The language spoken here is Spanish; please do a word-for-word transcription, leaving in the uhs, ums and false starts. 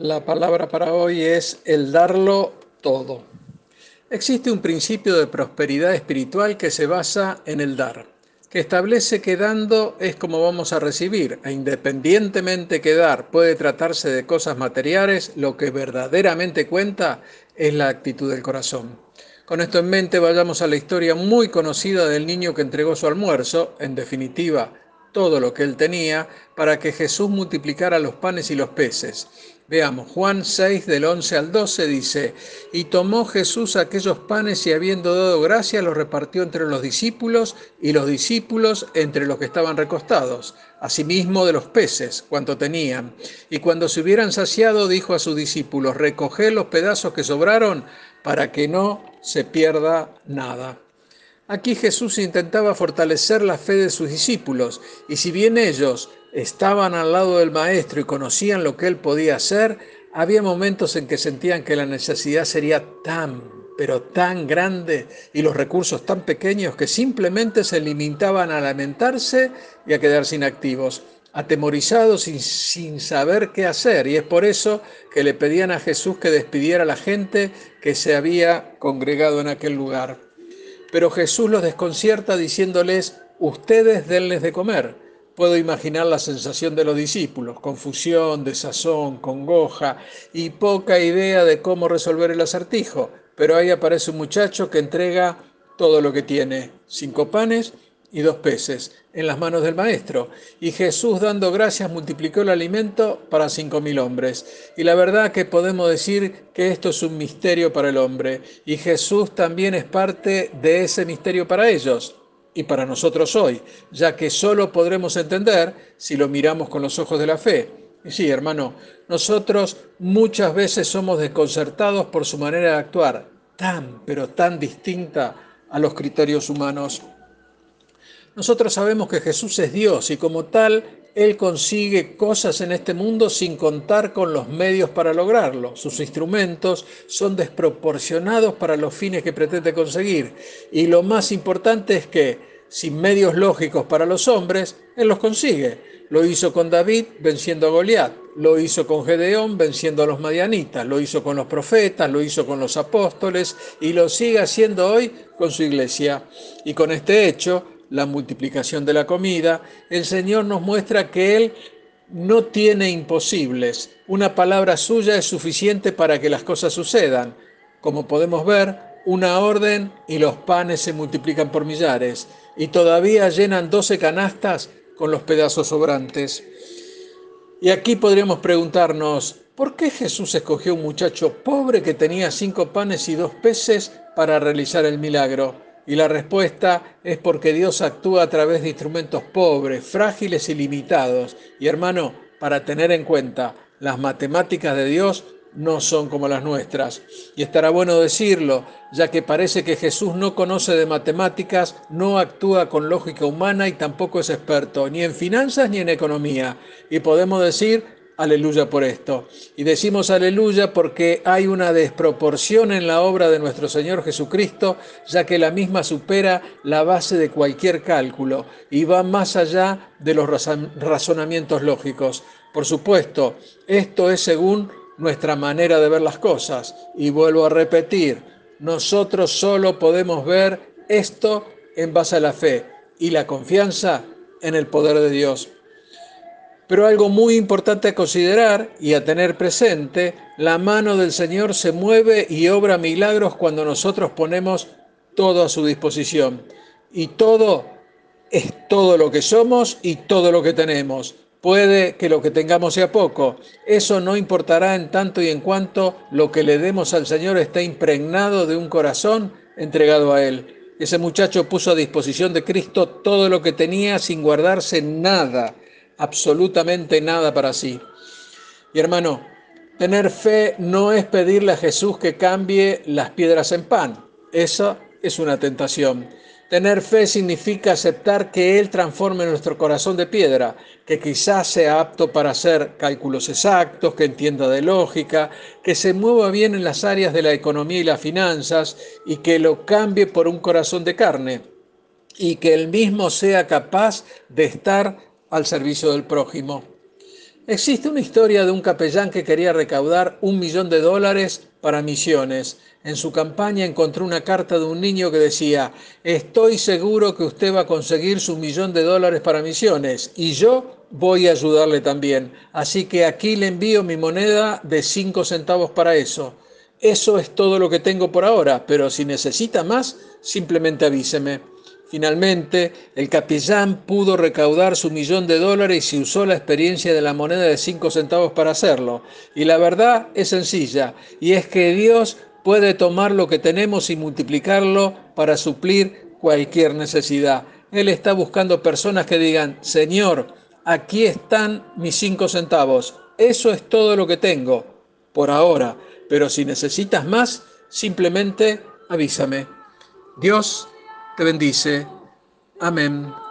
La palabra para hoy es el darlo todo. Existe un principio de prosperidad espiritual que se basa en el dar, que establece que dando es como vamos a recibir, e independientemente que dar puede tratarse de cosas materiales, lo que verdaderamente cuenta es la actitud del corazón. Con esto en mente, vayamos a la historia muy conocida del niño que entregó su almuerzo, en definitiva, todo lo que él tenía, para que Jesús multiplicara los panes y los peces. Veamos, Juan seis del once al doce dice: y tomó Jesús aquellos panes y habiendo dado gracia los repartió entre los discípulos y los discípulos entre los que estaban recostados, asimismo de los peces, cuanto tenían. Y cuando se hubieran saciado, dijo a sus discípulos: recoged los pedazos que sobraron para que no se pierda nada. Aquí Jesús intentaba fortalecer la fe de sus discípulos, y si bien ellos estaban al lado del Maestro y conocían lo que él podía hacer, había momentos en que sentían que la necesidad sería tan, pero tan grande y los recursos tan pequeños que simplemente se limitaban a lamentarse y a quedarse inactivos, atemorizados y sin saber qué hacer. Y es por eso que le pedían a Jesús que despidiera a la gente que se había congregado en aquel lugar. Pero Jesús los desconcierta diciéndoles: ustedes denles de comer. Puedo imaginar la sensación de los discípulos: confusión, desazón, congoja y poca idea de cómo resolver el acertijo. Pero ahí aparece un muchacho que entrega todo lo que tiene: cinco panes y dos peces en las manos del maestro. Y Jesús, dando gracias, multiplicó el alimento para cinco mil hombres. Y la verdad que podemos decir que esto es un misterio para el hombre. Y Jesús también es parte de ese misterio para ellos y para nosotros hoy, ya que solo podremos entender si lo miramos con los ojos de la fe. Y sí, hermano, nosotros muchas veces somos desconcertados por su manera de actuar, tan, pero tan distinta a los criterios humanos. Nosotros sabemos que Jesús es Dios y como tal, Él consigue cosas en este mundo sin contar con los medios para lograrlo. Sus instrumentos son desproporcionados para los fines que pretende conseguir. Y lo más importante es que, sin medios lógicos para los hombres, Él los consigue. Lo hizo con David venciendo a Goliat, lo hizo con Gedeón venciendo a los madianitas, lo hizo con los profetas, lo hizo con los apóstoles y lo sigue haciendo hoy con su iglesia. Y con este hecho, la multiplicación de la comida, el Señor nos muestra que Él no tiene imposibles. Una palabra suya es suficiente para que las cosas sucedan. Como podemos ver, una orden y los panes se multiplican por millares y todavía llenan doce canastas con los pedazos sobrantes. Y aquí podríamos preguntarnos: ¿por qué Jesús escogió un muchacho pobre que tenía cinco panes y dos peces para realizar el milagro? Y la respuesta es porque Dios actúa a través de instrumentos pobres, frágiles y limitados. Y hermano, para tener en cuenta, las matemáticas de Dios no son como las nuestras. Y estará bueno decirlo, ya que parece que Jesús no conoce de matemáticas, no actúa con lógica humana y tampoco es experto ni en finanzas ni en economía. Y podemos decir: aleluya por esto. Y decimos aleluya porque hay una desproporción en la obra de nuestro Señor Jesucristo, ya que la misma supera la base de cualquier cálculo y va más allá de los razonamientos lógicos. Por supuesto, esto es según nuestra manera de ver las cosas. Y vuelvo a repetir, nosotros solo podemos ver esto en base a la fe y la confianza en el poder de Dios. Pero algo muy importante a considerar y a tener presente: la mano del Señor se mueve y obra milagros cuando nosotros ponemos todo a su disposición. Y todo es todo lo que somos y todo lo que tenemos. Puede que lo que tengamos sea poco. Eso no importará en tanto y en cuanto lo que le demos al Señor esté impregnado de un corazón entregado a Él. Ese muchacho puso a disposición de Cristo todo lo que tenía sin guardarse nada, absolutamente nada para sí. Y hermano, tener fe no es pedirle a Jesús que cambie las piedras en pan. Esa es una tentación. Tener fe significa aceptar que Él transforme nuestro corazón de piedra, que quizás sea apto para hacer cálculos exactos, que entienda de lógica, que se mueva bien en las áreas de la economía y las finanzas y que lo cambie por un corazón de carne y que Él mismo sea capaz de estar al servicio del prójimo. Existe una historia de un capellán que quería recaudar un millón de dólares para misiones. En su campaña encontró una carta de un niño que decía: estoy seguro que usted va a conseguir su millón de dólares para misiones y yo voy a ayudarle también. Así que aquí le envío mi moneda de cinco centavos para eso. Eso es todo lo que tengo por ahora, pero si necesita más, simplemente avíseme. Finalmente, el capellán pudo recaudar su millón de dólares y usó la experiencia de la moneda de cinco centavos para hacerlo. Y la verdad es sencilla, y es que Dios puede tomar lo que tenemos y multiplicarlo para suplir cualquier necesidad. Él está buscando personas que digan: Señor, aquí están mis cinco centavos. Eso es todo lo que tengo por ahora, pero si necesitas más, simplemente avísame. Dios te bendice. Amén.